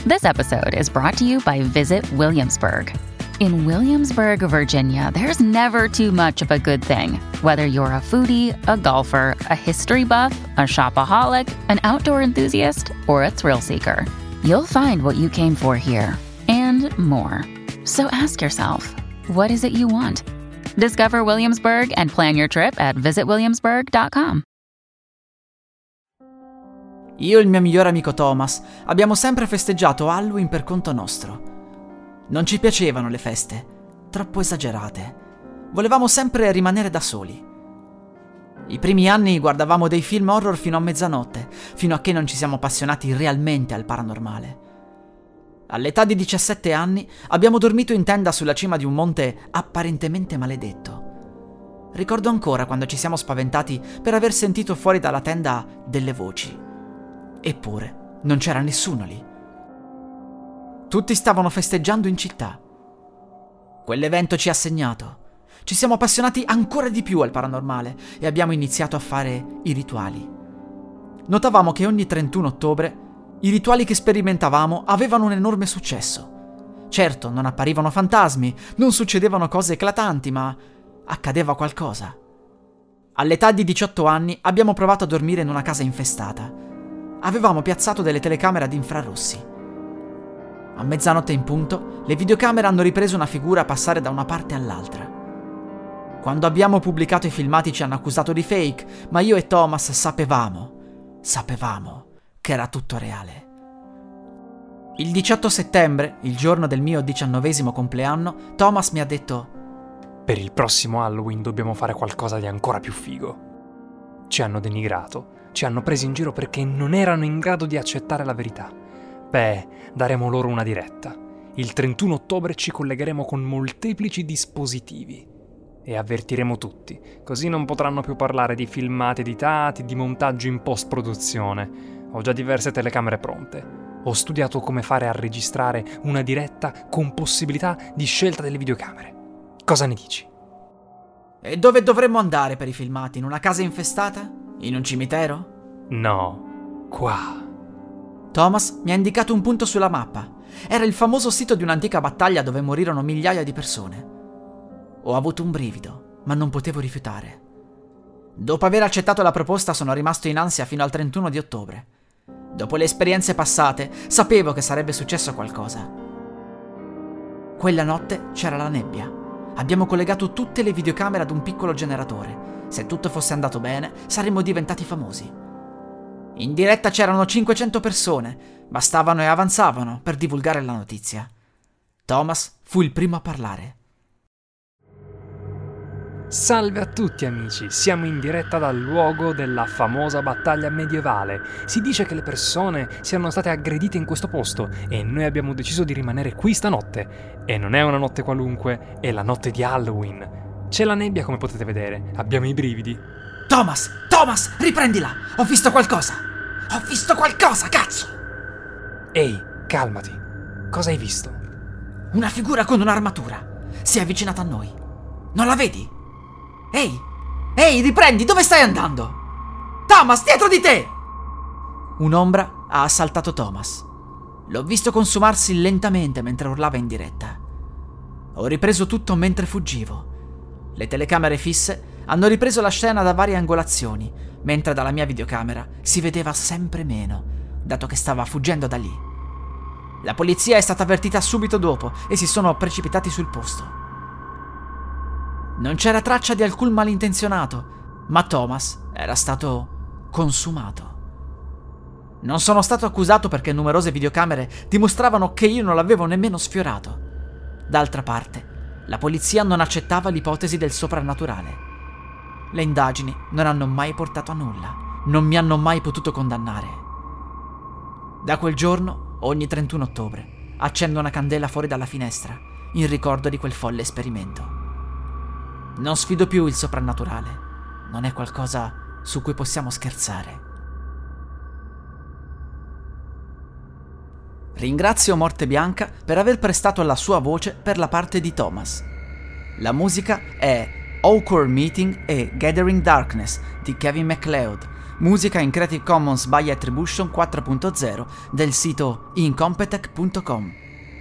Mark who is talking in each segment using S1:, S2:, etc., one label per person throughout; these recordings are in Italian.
S1: This episode is brought to you by Visit Williamsburg. In Williamsburg, Virginia, there's never too much of a good thing. Whether you're a foodie, a golfer, a history buff, a shopaholic, an outdoor enthusiast, or a thrill seeker, you'll find what you came for here and more. So ask yourself, what is it you want? Discover Williamsburg and plan your trip at visitwilliamsburg.com.
S2: Io e il mio migliore amico Thomas abbiamo sempre festeggiato Halloween per conto nostro. Non ci piacevano le feste, troppo esagerate. Volevamo sempre rimanere da soli. I primi anni guardavamo dei film horror fino a mezzanotte, fino a che non ci siamo appassionati realmente al paranormale. All'età di 17 anni abbiamo dormito in tenda sulla cima di un monte apparentemente maledetto. Ricordo ancora quando ci siamo spaventati per aver sentito fuori dalla tenda delle voci. Eppure non c'era nessuno lì. Tutti stavano festeggiando in città. Quell'evento ci ha segnato. Ci siamo appassionati ancora di più al paranormale e abbiamo iniziato a fare i rituali. Notavamo che ogni 31 ottobre i rituali che sperimentavamo avevano un enorme successo. Certo, non apparivano fantasmi, non succedevano cose eclatanti, ma accadeva qualcosa. All'età di 18 anni abbiamo provato a dormire in una casa infestata. Avevamo piazzato delle telecamere ad infrarossi. A mezzanotte in punto, le videocamere hanno ripreso una figura passare da una parte all'altra. Quando abbiamo pubblicato i filmati ci hanno accusato di fake, ma io e Thomas sapevamo che era tutto reale. Il 18 settembre, il giorno del mio 19° compleanno, Thomas mi ha detto:
S3: per il prossimo Halloween dobbiamo fare qualcosa di ancora più figo. Ci hanno denigrato, ci hanno presi in giro perché non erano in grado di accettare la verità. Beh, daremo loro una diretta. Il 31 ottobre ci collegheremo con molteplici dispositivi e avvertiremo tutti, così non potranno più parlare di filmati editati, di montaggio in post-produzione. Ho già diverse telecamere pronte. Ho studiato come fare a registrare una diretta con possibilità di scelta delle videocamere. Cosa ne dici?
S2: E dove dovremmo andare per i filmati? In una casa infestata? In un cimitero?
S3: No, qua.
S2: Thomas mi ha indicato un punto sulla mappa. Era il famoso sito di un'antica battaglia dove morirono migliaia di persone. Ho avuto un brivido, ma non potevo rifiutare. Dopo aver accettato la proposta sono rimasto in ansia fino al 31 di ottobre. Dopo le esperienze passate, sapevo che sarebbe successo qualcosa. Quella notte c'era la nebbia. Abbiamo collegato tutte le videocamere ad un piccolo generatore. Se tutto fosse andato bene, saremmo diventati famosi. In diretta c'erano 500 persone, bastavano e avanzavano per divulgare la notizia. Thomas fu il primo a parlare.
S3: Salve a tutti amici, siamo in diretta dal luogo della famosa battaglia medievale. Si dice che le persone siano state aggredite in questo posto e noi abbiamo deciso di rimanere qui stanotte. E non è una notte qualunque, è la notte di Halloween. C'è la nebbia come potete vedere, abbiamo i brividi.
S2: Thomas, riprendila! Ho visto qualcosa, cazzo!
S3: Ehi, calmati, cosa hai visto?
S2: Una figura con un'armatura, si è avvicinata a noi. Non la vedi? Ehi, riprendi, dove stai andando? Thomas, dietro di te! Un'ombra ha assaltato Thomas. L'ho visto consumarsi lentamente mentre urlava in diretta. Ho ripreso tutto mentre fuggivo. Le telecamere fisse hanno ripreso la scena da varie angolazioni, mentre dalla mia videocamera si vedeva sempre meno, dato che stava fuggendo da lì. La polizia è stata avvertita subito dopo e si sono precipitati sul posto. Non c'era traccia di alcun malintenzionato, ma Thomas era stato consumato. Non sono stato accusato perché numerose videocamere dimostravano che io non l'avevo nemmeno sfiorato. D'altra parte, la polizia non accettava l'ipotesi del soprannaturale. Le indagini non hanno mai portato a nulla, non mi hanno mai potuto condannare. Da quel giorno, ogni 31 ottobre, accendo una candela fuori dalla finestra, in ricordo di quel folle esperimento. Non sfido più il soprannaturale, non è qualcosa su cui possiamo scherzare. Ringrazio Morte Bianca per aver prestato la sua voce per la parte di Thomas. La musica è Awkward Meeting e Gathering Darkness di Kevin MacLeod, Musica in Creative Commons by Attribution 4.0 del sito incompetech.com.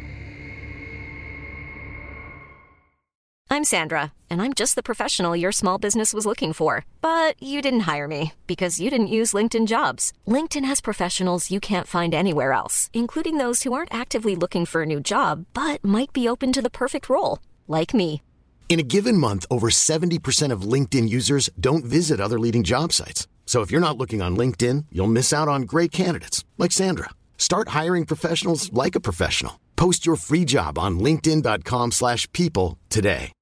S4: I'm Sandra, and I'm just the professional your small business was looking for. But you didn't hire me because you didn't use LinkedIn Jobs. LinkedIn has professionals you can't find anywhere else, including those who aren't actively looking for a new job, but might be open to the perfect role, like me.
S5: In a given month, over 70% of LinkedIn users don't visit other leading job sites. So if you're not looking on LinkedIn, you'll miss out on great candidates like Sandra. Start hiring professionals like a professional. Post your free job on linkedin.com/people today.